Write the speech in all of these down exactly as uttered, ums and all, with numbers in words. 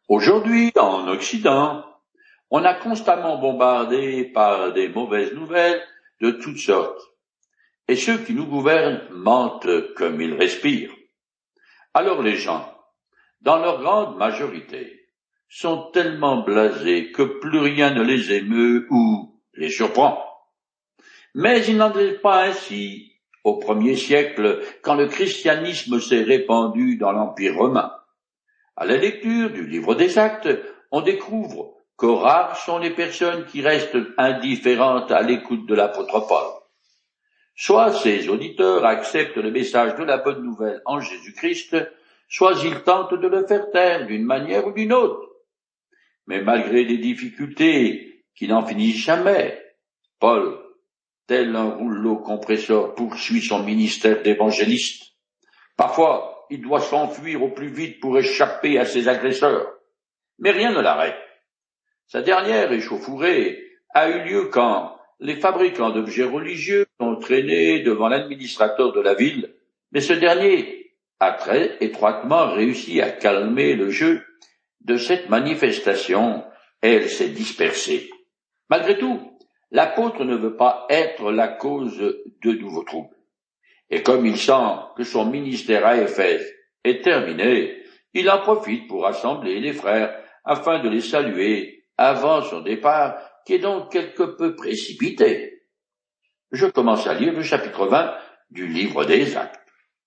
Aujourd'hui, en Occident, on a constamment bombardé par des mauvaises nouvelles de toutes sortes, et ceux qui nous gouvernent mentent comme ils respirent. Alors les gens, dans leur grande majorité, sont tellement blasés que plus rien ne les émeut ou les surprend. Mais il n'en est pas ainsi au premier siècle, quand le christianisme s'est répandu dans l'Empire romain. À la lecture du livre des Actes, on découvre que rares sont les personnes qui restent indifférentes à l'écoute de l'apôtre Paul. Soit ces auditeurs acceptent le message de la bonne nouvelle en Jésus-Christ, soit ils tentent de le faire taire d'une manière ou d'une autre. Mais malgré les difficultés qui n'en finissent jamais, Paul, tel un rouleau compresseur, poursuit son ministère d'évangéliste. Parfois, il doit s'enfuir au plus vite pour échapper à ses agresseurs. Mais rien ne l'arrête. Sa dernière échauffourée a eu lieu quand les fabricants d'objets religieux ont traîné devant l'administrateur de la ville, mais ce dernier a très étroitement réussi à calmer le jeu de cette manifestation et elle s'est dispersée. Malgré tout, l'apôtre ne veut pas être la cause de nouveaux troubles. Et comme il sent que son ministère à Éphèse est terminé, il en profite pour rassembler les frères afin de les saluer avant son départ, qui est donc quelque peu précipité. Je commence à lire le chapitre vingt du livre des Actes.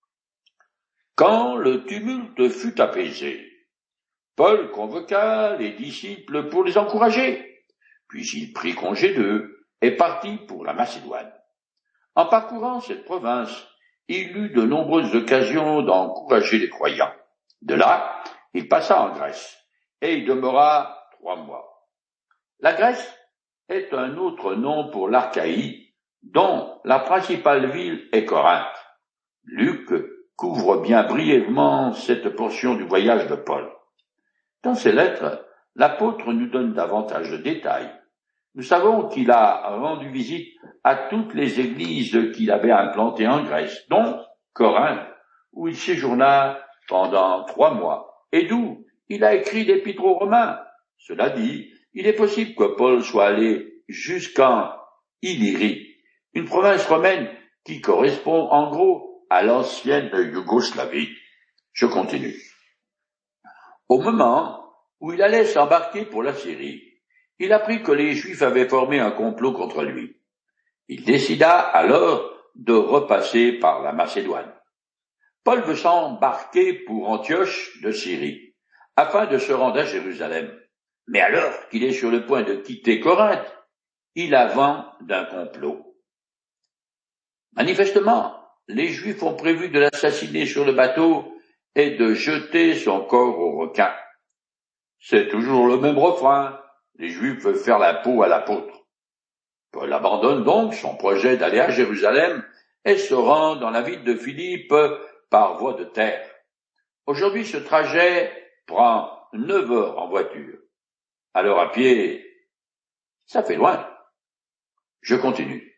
Quand le tumulte fut apaisé, Paul convoqua les disciples pour les encourager, puis il prit congé d'eux et partit pour la Macédoine. En parcourant cette province, il eut de nombreuses occasions d'encourager les croyants. De là, il passa en Grèce, et il demeura trois mois. La Grèce est un autre nom pour l'Achaïe, dont la principale ville est Corinthe. Luc couvre bien brièvement cette portion du voyage de Paul. Dans ses lettres, l'apôtre nous donne davantage de détails. Nous savons qu'il a rendu visite à toutes les églises qu'il avait implantées en Grèce, dont Corinthe, où il séjourna pendant trois mois, et d'où il a écrit l'épître aux Romains. Cela dit, il est possible que Paul soit allé jusqu'en Illyrie, une province romaine qui correspond en gros à l'ancienne Yougoslavie. Je continue. Au moment où il allait s'embarquer pour la Syrie, il apprit que les Juifs avaient formé un complot contre lui. Il décida alors de repasser par la Macédoine. Paul veut s'embarquer pour Antioche de Syrie, afin de se rendre à Jérusalem. Mais alors qu'il est sur le point de quitter Corinthe, il a vent d'un complot. Manifestement, les Juifs ont prévu de l'assassiner sur le bateau et de jeter son corps aux requins. C'est toujours le même refrain. Les Juifs veulent faire la peau à l'apôtre. Paul abandonne donc son projet d'aller à Jérusalem et se rend dans la ville de Philippe par voie de terre. Aujourd'hui, ce trajet prend neuf heures en voiture. Alors à pied, ça fait loin. Je continue.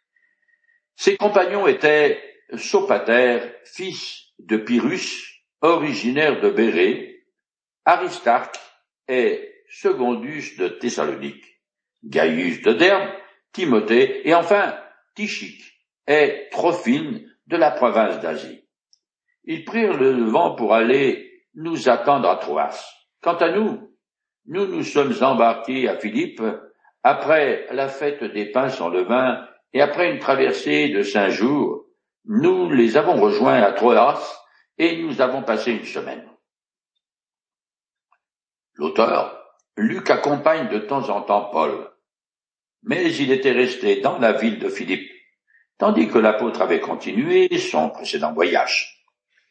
Ses compagnons étaient Sopater, fils de Pyrrhus, originaire de Bérée, Aristarque et Secondus de Thessalonique, Gaius de Derbe, Timothée et enfin Tychique et Trophine de la province d'Asie. Ils prirent le vent pour aller nous attendre à Troas. Quant à nous, nous nous sommes embarqués à Philippe après la fête des pains sans levain et après une traversée de cinq jours, nous les avons rejoints à Troas et nous avons passé une semaine. L'auteur, Luc, accompagne de temps en temps Paul, mais il était resté dans la ville de Philippe, tandis que l'apôtre avait continué son précédent voyage.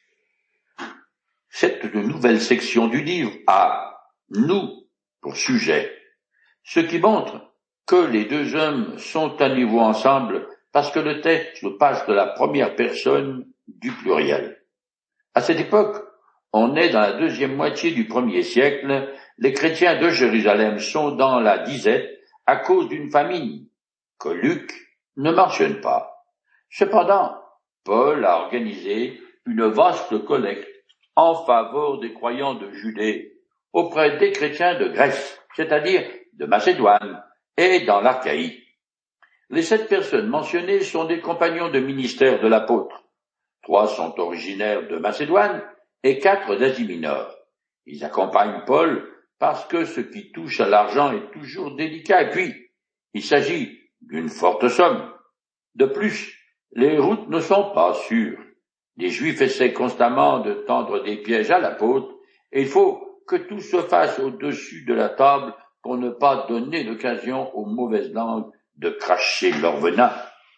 Cette nouvelle section du livre a « nous » pour sujet, ce qui montre que les deux hommes sont à nouveau ensemble parce que le texte passe de la première personne du pluriel. À cette époque, on est dans la deuxième moitié du premier siècle, les chrétiens de Jérusalem sont dans la disette à cause d'une famine que Luc ne mentionne pas. Cependant, Paul a organisé une vaste collecte en faveur des croyants de Judée auprès des chrétiens de Grèce, c'est-à-dire de Macédoine et dans l'Achaïe. Les sept personnes mentionnées sont des compagnons de ministère de l'apôtre. Trois sont originaires de Macédoine et quatre d'Asie mineure. Ils accompagnent Paul parce que ce qui touche à l'argent est toujours délicat et puis il s'agit d'une forte somme. De plus, les routes ne sont pas sûres. Les Juifs essaient constamment de tendre des pièges à l'apôtre et il faut que tout se fasse au-dessus de la table pour ne pas donner l'occasion aux mauvaises langues de cracher leur venin.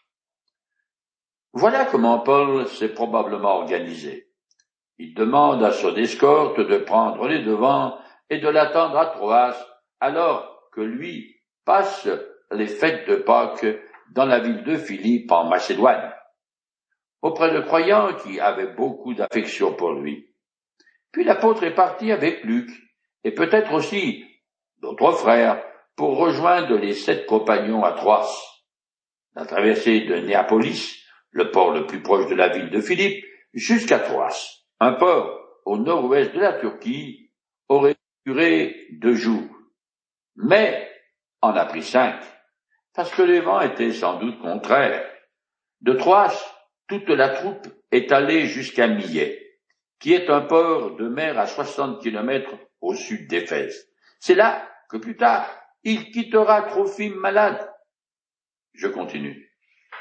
Voilà comment Paul s'est probablement organisé. Il demande à son escorte de prendre les devants et de l'attendre à Troas, alors que lui passe les fêtes de Pâques dans la ville de Philippe en Macédoine, auprès de croyants qui avaient beaucoup d'affection pour lui. Puis l'apôtre est parti avec Luc, et peut-être aussi d'autres frères, pour rejoindre les sept compagnons à Troas. La traversée de Néapolis, le port le plus proche de la ville de Philippe, jusqu'à Troas, un port au nord-ouest de la Turquie, aurait duré deux jours. Mais en a pris cinq, parce que les vents étaient sans doute contraires. De Troas, toute la troupe est allée jusqu'à Millet, qui est un port de mer à soixante kilomètres au sud d'Éphèse. C'est là que plus tard, il quittera Trophime malade. Je continue.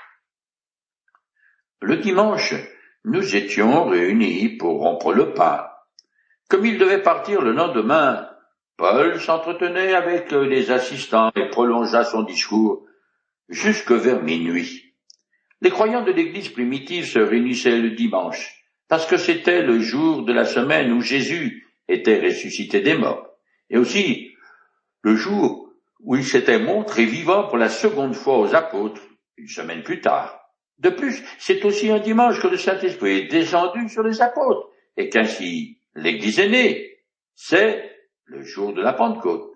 Le dimanche, nous étions réunis pour rompre le pain. Comme il devait partir le lendemain, Paul s'entretenait avec les assistants et prolongea son discours jusque vers minuit. Les croyants de l'Église primitive se réunissaient le dimanche, parce que c'était le jour de la semaine où Jésus était ressuscité des morts, et aussi le jour où il s'était montré vivant pour la seconde fois aux apôtres, une semaine plus tard. De plus, c'est aussi un dimanche que le Saint-Esprit est descendu sur les apôtres, et qu'ainsi l'Église est née. C'est le jour de la Pentecôte.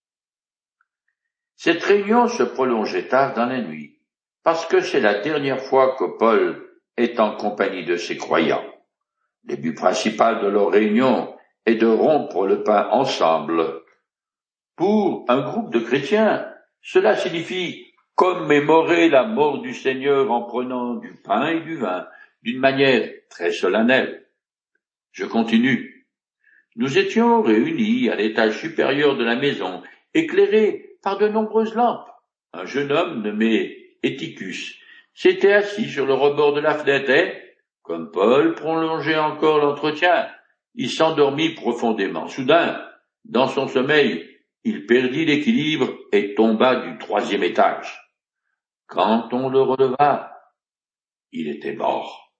Cette réunion se prolongeait tard dans la nuit, parce que c'est la dernière fois que Paul est en compagnie de ses croyants. Le but principal de leur réunion est de rompre le pain ensemble. Pour un groupe de chrétiens, cela signifie commémorer la mort du Seigneur en prenant du pain et du vin d'une manière très solennelle. Je continue. Nous étions réunis à l'étage supérieur de la maison, éclairés par de nombreuses lampes. Un jeune homme nommé Éticus s'était assis sur le rebord de la fenêtre et, comme Paul prolongeait encore l'entretien, il s'endormit profondément. Soudain, dans son sommeil, il perdit l'équilibre et tomba du troisième étage. Quand on le releva, il était mort.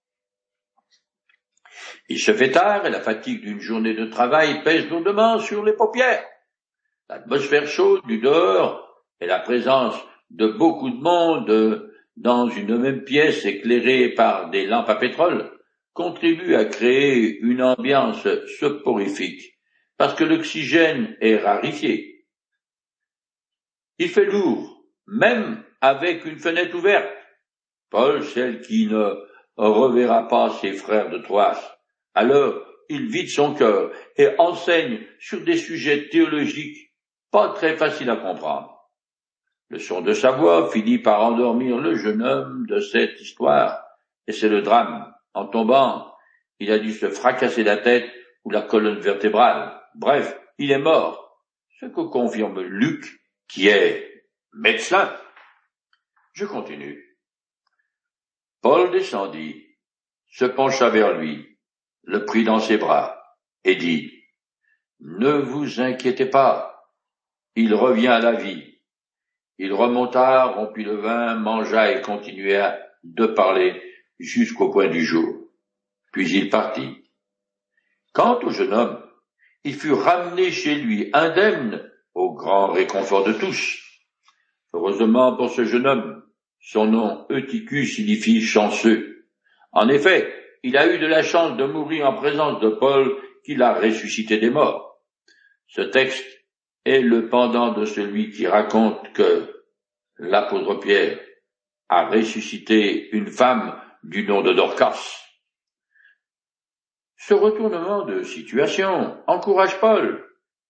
Il se fait tard et la fatigue d'une journée de travail pèse lourdement sur les paupières. L'atmosphère chaude du dehors et la présence de beaucoup de monde dans une même pièce éclairée par des lampes à pétrole contribuent à créer une ambiance soporifique parce que l'oxygène est raréfié. Il fait lourd, même avec une fenêtre ouverte. Paul, celle qui ne reverra pas ses frères de Troas, alors il vide son cœur et enseigne sur des sujets théologiques pas très faciles à comprendre. Le son de sa voix finit par endormir le jeune homme de cette histoire, et c'est le drame. En tombant, il a dû se fracasser la tête ou la colonne vertébrale. Bref, il est mort, ce que confirme Luc, qui est médecin. Je continue. Paul descendit, se pencha vers lui, le prit dans ses bras et dit « Ne vous inquiétez pas, il revient à la vie. » Il remonta, rompit le vin, mangea et continua de parler jusqu'au point du jour. Puis il partit. Quant au jeune homme, il fut ramené chez lui indemne au grand réconfort de tous. Heureusement pour ce jeune homme, son nom Eutychus signifie chanceux. En effet, il a eu de la chance de mourir en présence de Paul qui l'a ressuscité des morts. Ce texte est le pendant de celui qui raconte que l'apôtre Pierre a ressuscité une femme du nom de Dorcas. Ce retournement de situation encourage Paul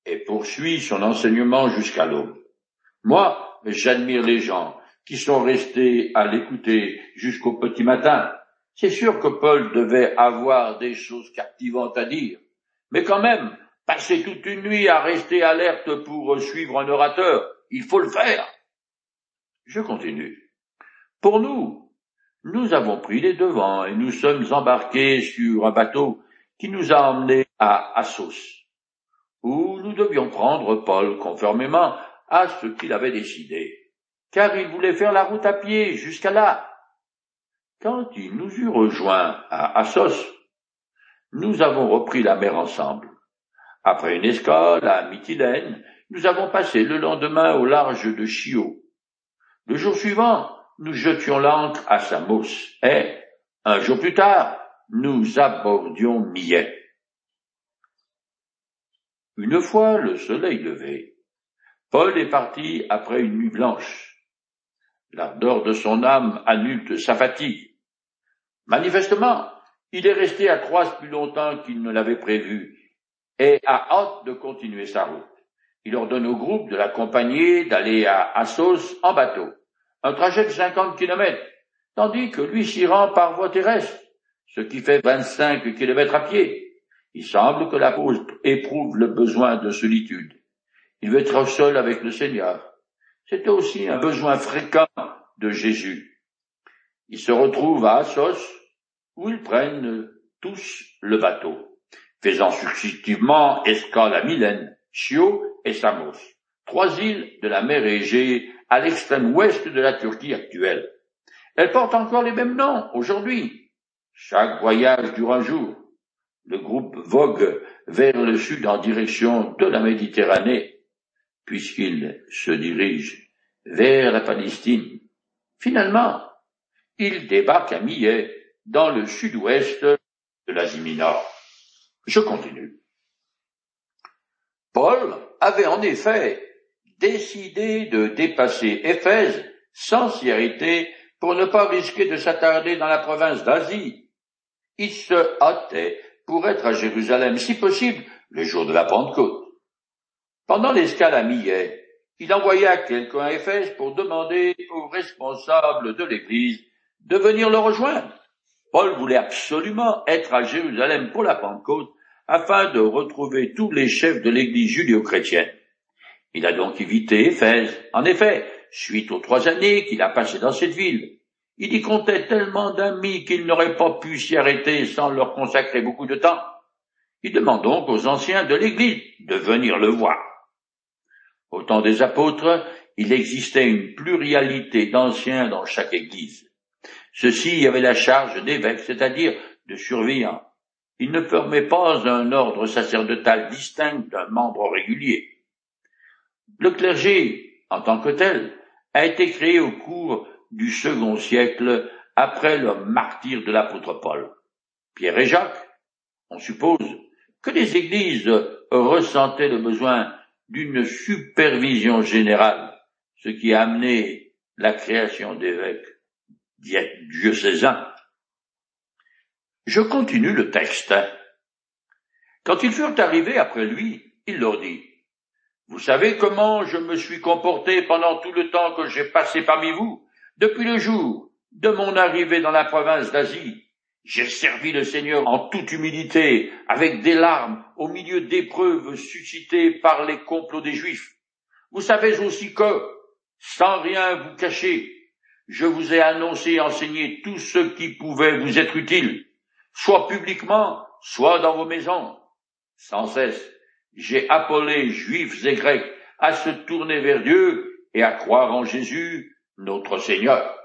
et poursuit son enseignement jusqu'à l'aube. Moi, j'admire les gens qui sont restés à l'écouter jusqu'au petit matin. C'est sûr que Paul devait avoir des choses captivantes à dire, mais quand même, passer toute une nuit à rester alerte pour suivre un orateur, il faut le faire. Je continue. Pour nous, nous avons pris les devants et nous sommes embarqués sur un bateau qui nous a emmenés à Assos, où nous devions prendre Paul conformément à ce qu'il avait décidé, car il voulait faire la route à pied jusqu'à là. Quand il nous eut rejoints à Assos, nous avons repris la mer ensemble. Après une escale à Mytilène, nous avons passé le lendemain au large de Chio. Le jour suivant, nous jetions l'ancre à Samos, et, un jour plus tard, nous abordions Millet. Une fois le soleil levé, Paul est parti après une nuit blanche. L'ardeur de son âme annule sa fatigue. Manifestement, il est resté à Troas plus longtemps qu'il ne l'avait prévu et a hâte de continuer sa route. Il ordonne au groupe de l'accompagner d'aller à Assos en bateau, un trajet de cinquante kilomètres, tandis que lui s'y rend par voie terrestre, ce qui fait vingt-cinq kilomètres à pied. Il semble que l'apôtre éprouve le besoin de solitude. Il veut être seul avec le Seigneur. C'était aussi un besoin fréquent de Jésus. Ils se retrouvent à Assos, où ils prennent tous le bateau, faisant successivement escale à Mylène, Chio et Samos, trois îles de la mer Égée à l'extrême ouest de la Turquie actuelle. Elles portent encore les mêmes noms aujourd'hui. Chaque voyage dure un jour. Le groupe vogue vers le sud en direction de la Méditerranée, puisqu'il se dirige vers la Palestine. Finalement, il débarque à Millet, dans le sud-ouest de l'Asie mineure. Je continue. Paul avait en effet décidé de dépasser Éphèse sans s'y arrêter pour ne pas risquer de s'attarder dans la province d'Asie. Il se hâtait pour être à Jérusalem, si possible, le jour de la Pentecôte. Pendant l'escale à Millet, il envoya quelqu'un à Éphèse pour demander aux responsables de l'Église de venir le rejoindre. Paul voulait absolument être à Jérusalem pour la Pentecôte afin de retrouver tous les chefs de l'Église judéo-chrétienne. Il a donc évité Éphèse. En effet, suite aux trois années qu'il a passées dans cette ville, il y comptait tellement d'amis qu'il n'aurait pas pu s'y arrêter sans leur consacrer beaucoup de temps. Il demande donc aux anciens de l'Église de venir le voir. Au temps des apôtres, il existait une pluralité d'anciens dans chaque Église. Ceux-ci avaient la charge d'évêques, c'est-à-dire de surveillants. Ils ne formaient pas un ordre sacerdotal distinct d'un membre régulier. Le clergé, en tant que tel, a été créé au cours du second siècle après le martyre de l'apôtre Paul. Pierre et Jacques, on suppose que les églises ressentaient le besoin d'une supervision générale, ce qui a amené la création d'évêques diocésains. Je continue le texte. Quand ils furent arrivés après lui, il leur dit: Vous savez comment je me suis comporté pendant tout le temps que j'ai passé parmi vous, depuis le jour de mon arrivée dans la province d'Asie. J'ai servi le Seigneur en toute humilité, avec des larmes, au milieu d'épreuves suscitées par les complots des Juifs. Vous savez aussi que, sans rien vous cacher, je vous ai annoncé et enseigné tout ce qui pouvait vous être utile, soit publiquement, soit dans vos maisons. Sans cesse, j'ai appelé Juifs et Grecs à se tourner vers Dieu et à croire en Jésus, notre Seigneur.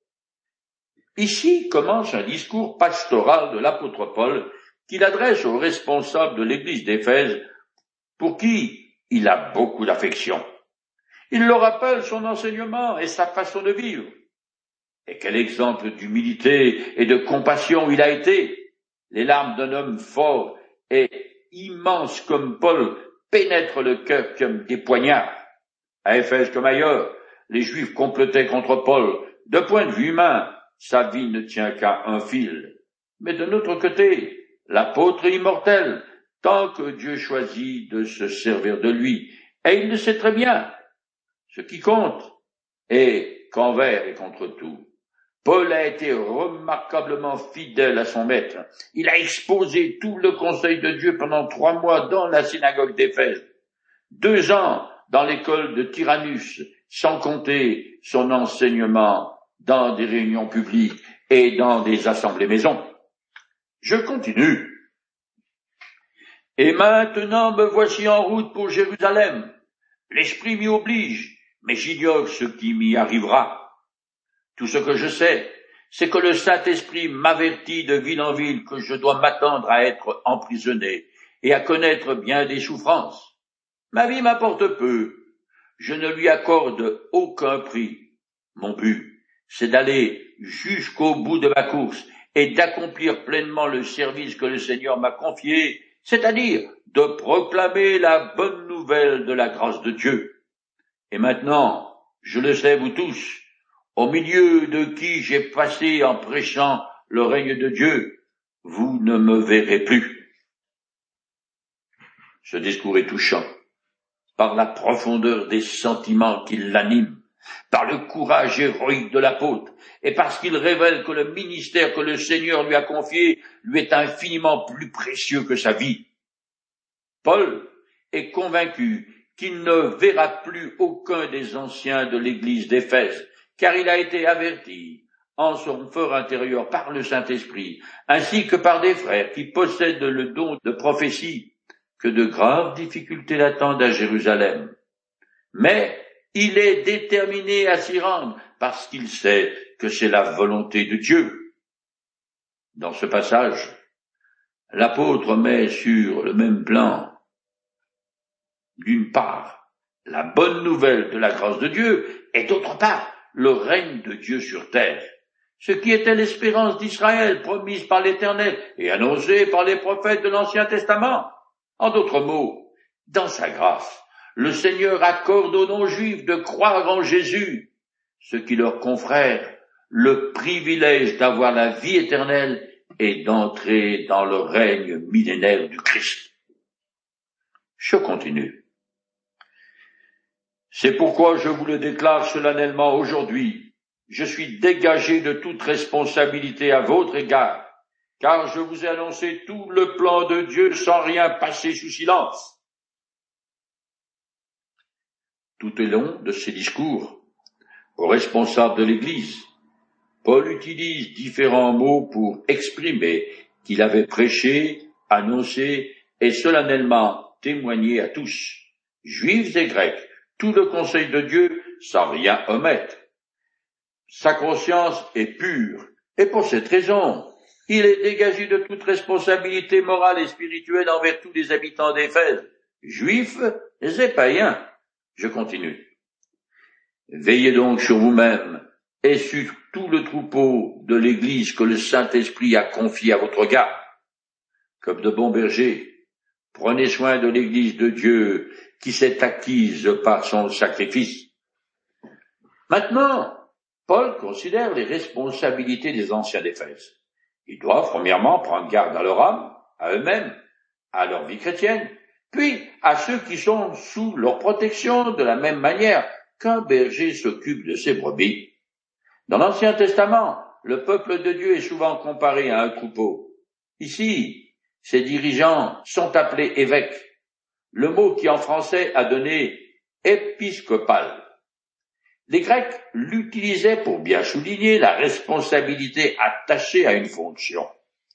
Ici commence un discours pastoral de l'apôtre Paul qu'il adresse aux responsables de l'église d'Éphèse, pour qui il a beaucoup d'affection. Il leur rappelle son enseignement et sa façon de vivre. Et quel exemple d'humilité et de compassion il a été! Les larmes d'un homme fort et immense comme Paul pénètrent le cœur comme des poignards. À Éphèse comme ailleurs, les Juifs complotaient contre Paul. De point de vue humain, sa vie ne tient qu'à un fil. Mais de notre côté, l'apôtre est immortel, tant que Dieu choisit de se servir de lui. Et il le sait très bien. Ce qui compte est qu'envers et contre tout, Paul a été remarquablement fidèle à son maître. Il a exposé tout le conseil de Dieu pendant trois mois dans la synagogue d'Éphèse, deux ans dans l'école de Tyrannus, sans compter son enseignement dans des réunions publiques et dans des assemblées maisons. Je continue. Et maintenant me voici en route pour Jérusalem. L'Esprit m'y oblige, mais j'ignore ce qui m'y arrivera. Tout ce que je sais, c'est que le Saint-Esprit m'avertit de ville en ville que je dois m'attendre à être emprisonné et à connaître bien des souffrances. Ma vie m'apporte peu. Je ne lui accorde aucun prix. Mon but, c'est d'aller jusqu'au bout de ma course et d'accomplir pleinement le service que le Seigneur m'a confié, c'est-à-dire de proclamer la bonne nouvelle de la grâce de Dieu. Et maintenant, je le sais vous tous, au milieu de qui j'ai passé en prêchant le règne de Dieu, vous ne me verrez plus. Ce discours est touchant, par la profondeur des sentiments qui l'animent, par le courage héroïque de l'apôtre, et parce qu'il révèle que le ministère que le Seigneur lui a confié lui est infiniment plus précieux que sa vie. Paul est convaincu qu'il ne verra plus aucun des anciens de l'église d'Éphèse, car il a été averti en son fort intérieur par le Saint-Esprit, ainsi que par des frères qui possèdent le don de prophétie, que de graves difficultés l'attendent à Jérusalem. Mais il est déterminé à s'y rendre, parce qu'il sait que c'est la volonté de Dieu. Dans ce passage, l'apôtre met sur le même plan, d'une part, la bonne nouvelle de la grâce de Dieu, et d'autre part, le règne de Dieu sur terre, ce qui était l'espérance d'Israël promise par l'Éternel et annoncée par les prophètes de l'Ancien Testament. En d'autres mots, dans sa grâce, le Seigneur accorde aux non-juifs de croire en Jésus, ce qui leur confère le privilège d'avoir la vie éternelle et d'entrer dans le règne millénaire du Christ. Je continue. C'est pourquoi je vous le déclare solennellement aujourd'hui. Je suis dégagé de toute responsabilité à votre égard, car je vous ai annoncé tout le plan de Dieu sans rien passer sous silence. Tout au long de ses discours aux responsables de l'Église, Paul utilise différents mots pour exprimer qu'il avait prêché, annoncé et solennellement témoigné à tous, juifs et grecs, tout le conseil de Dieu sans rien omettre. Sa conscience est pure, et pour cette raison, il est dégagé de toute responsabilité morale et spirituelle envers tous les habitants d'Éphèse, juifs et païens. Je continue. Veillez donc sur vous-même et sur tout le troupeau de l'Église que le Saint-Esprit a confié à votre garde. Comme de bons bergers, prenez soin de l'Église de Dieu qui s'est acquise par son sacrifice. Maintenant, Paul considère les responsabilités des anciens d'Éphèse. Ils doivent premièrement prendre garde à leur âme, à eux-mêmes, à leur vie chrétienne, puis à ceux qui sont sous leur protection de la même manière qu'un berger s'occupe de ses brebis. Dans l'Ancien Testament, le peuple de Dieu est souvent comparé à un troupeau. Ici, ses dirigeants sont appelés évêques, le mot qui en français a donné épiscopal. Les Grecs l'utilisaient pour bien souligner la responsabilité attachée à une fonction.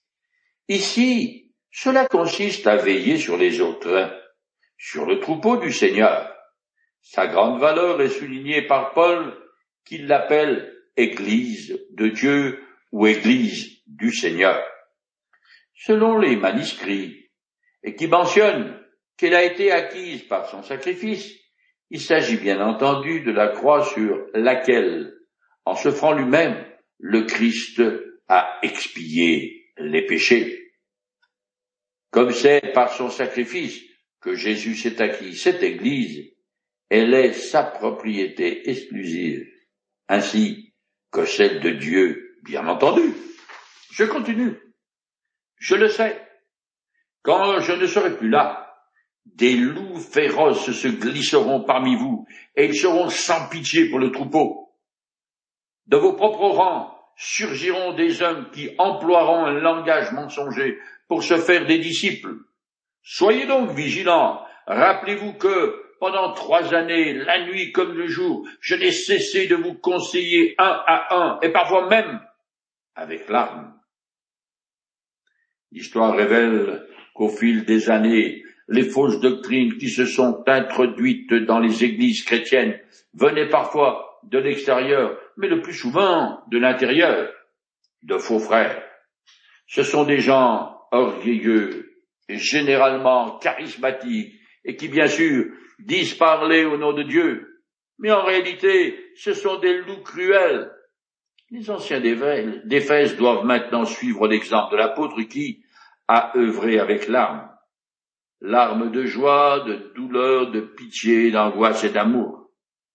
Ici, cela consiste à veiller sur les autres, sur le troupeau du Seigneur. Sa grande valeur est soulignée par Paul, qui l'appelle Église de Dieu ou Église du Seigneur. Selon les manuscrits, et qui mentionnent qu'elle a été acquise par son sacrifice, il s'agit bien entendu de la croix sur laquelle, en s'offrant lui-même, le Christ a expié les péchés. Comme c'est par son sacrifice que Jésus s'est acquis cette Église, elle est sa propriété exclusive, ainsi que celle de Dieu, bien entendu. Je continue. Je le sais. Quand je ne serai plus là, des loups féroces se glisseront parmi vous, et ils seront sans pitié pour le troupeau. De vos propres rangs surgiront des hommes qui emploieront un langage mensonger pour se faire des disciples. Soyez donc vigilants. Rappelez-vous que, pendant trois années, la nuit comme le jour, je n'ai cessé de vous conseiller un à un, et parfois même avec larmes. L'histoire révèle qu'au fil des années, les fausses doctrines qui se sont introduites dans les églises chrétiennes venaient parfois de l'extérieur, mais le plus souvent de l'intérieur, de faux frères. Ce sont des gens orgueilleux, généralement charismatiques, et qui, bien sûr, disent parler au nom de Dieu. Mais en réalité, ce sont des loups cruels. Les anciens d'Éphèse doivent maintenant suivre l'exemple de l'apôtre qui a œuvré avec larmes. Larmes de joie, de douleur, de pitié, d'angoisse et d'amour.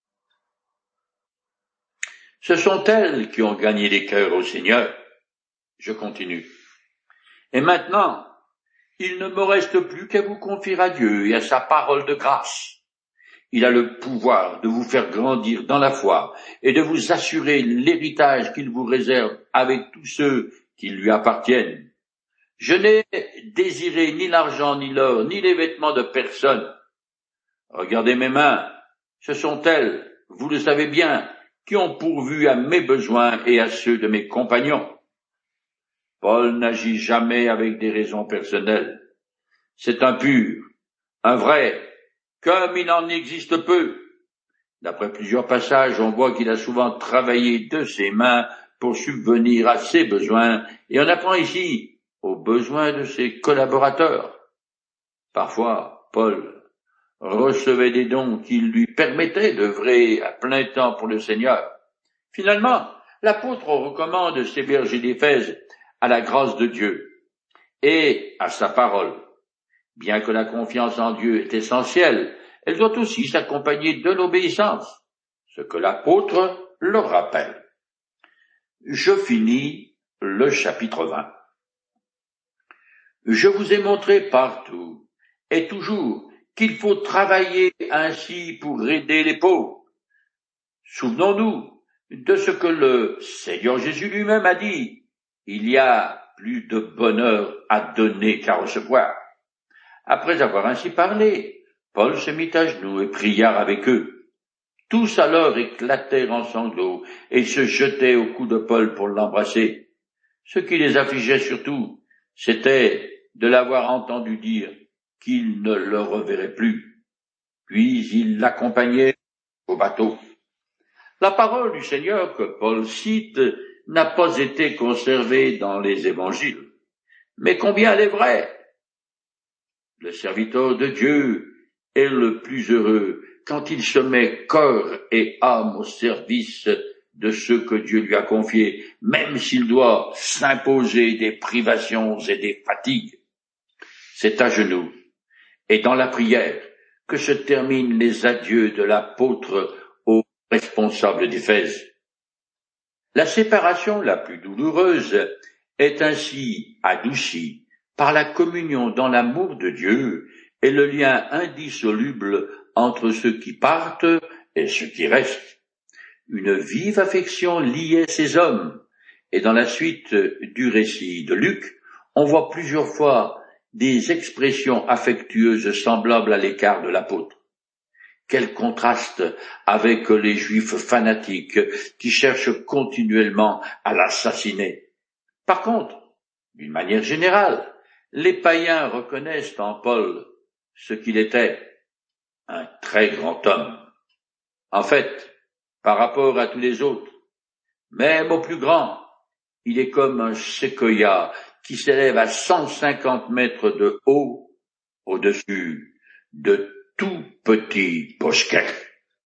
Ce sont elles qui ont gagné les cœurs au Seigneur. Je continue. Et maintenant, il ne me reste plus qu'à vous confier à Dieu et à sa parole de grâce. Il a le pouvoir de vous faire grandir dans la foi et de vous assurer l'héritage qu'il vous réserve avec tous ceux qui lui appartiennent. Je n'ai désiré ni l'argent, ni l'or, ni les vêtements de personne. Regardez mes mains, ce sont elles, vous le savez bien, qui ont pourvu à mes besoins et à ceux de mes compagnons. Paul n'agit jamais avec des raisons personnelles. C'est un pur, un vrai, comme il en existe peu. D'après plusieurs passages, on voit qu'il a souvent travaillé de ses mains pour subvenir à ses besoins, et on apprend ici aux besoins de ses collaborateurs. Parfois, Paul recevait des dons qui lui permettaient d'œuvrer à plein temps pour le Seigneur. Finalement, l'apôtre recommande ses bergers d'Éphèse à la grâce de Dieu et à sa parole. Bien que la confiance en Dieu est essentielle, elle doit aussi s'accompagner de l'obéissance, ce que l'apôtre leur rappelle. Je finis le chapitre vingt. Je vous ai montré partout et toujours qu'il faut travailler ainsi pour aider les pauvres. Souvenons-nous de ce que le Seigneur Jésus lui-même a dit. Il y a plus de bonheur à donner qu'à recevoir. Après avoir ainsi parlé, Paul se mit à genoux et pria avec eux. Tous alors éclatèrent en sanglots et se jetaient au cou de Paul pour l'embrasser. Ce qui les affligeait surtout, c'était de l'avoir entendu dire qu'il ne le reverrait plus. Puis il l'accompagnait au bateau. La parole du Seigneur que Paul cite n'a pas été conservée dans les évangiles. Mais combien elle est vraie! Le serviteur de Dieu est le plus heureux quand il se met corps et âme au service de ceux que Dieu lui a confiés, même s'il doit s'imposer des privations et des fatigues. C'est à genoux et dans la prière que se terminent les adieux de l'apôtre aux responsables d'Éphèse. La séparation la plus douloureuse est ainsi adoucie par la communion dans l'amour de Dieu et le lien indissoluble entre ceux qui partent et ceux qui restent. Une vive affection liait ces hommes, et dans la suite du récit de Luc, on voit plusieurs fois des expressions affectueuses semblables à l'écart de l'apôtre. Quel contraste avec les Juifs fanatiques qui cherchent continuellement à l'assassiner. Par contre, d'une manière générale, les païens reconnaissent en Paul ce qu'il était, un très grand homme. En fait, par rapport à tous les autres, même au plus grand, il est comme un séquoia qui s'élève à cent cinquante mètres de haut au-dessus de tout petits bosquets.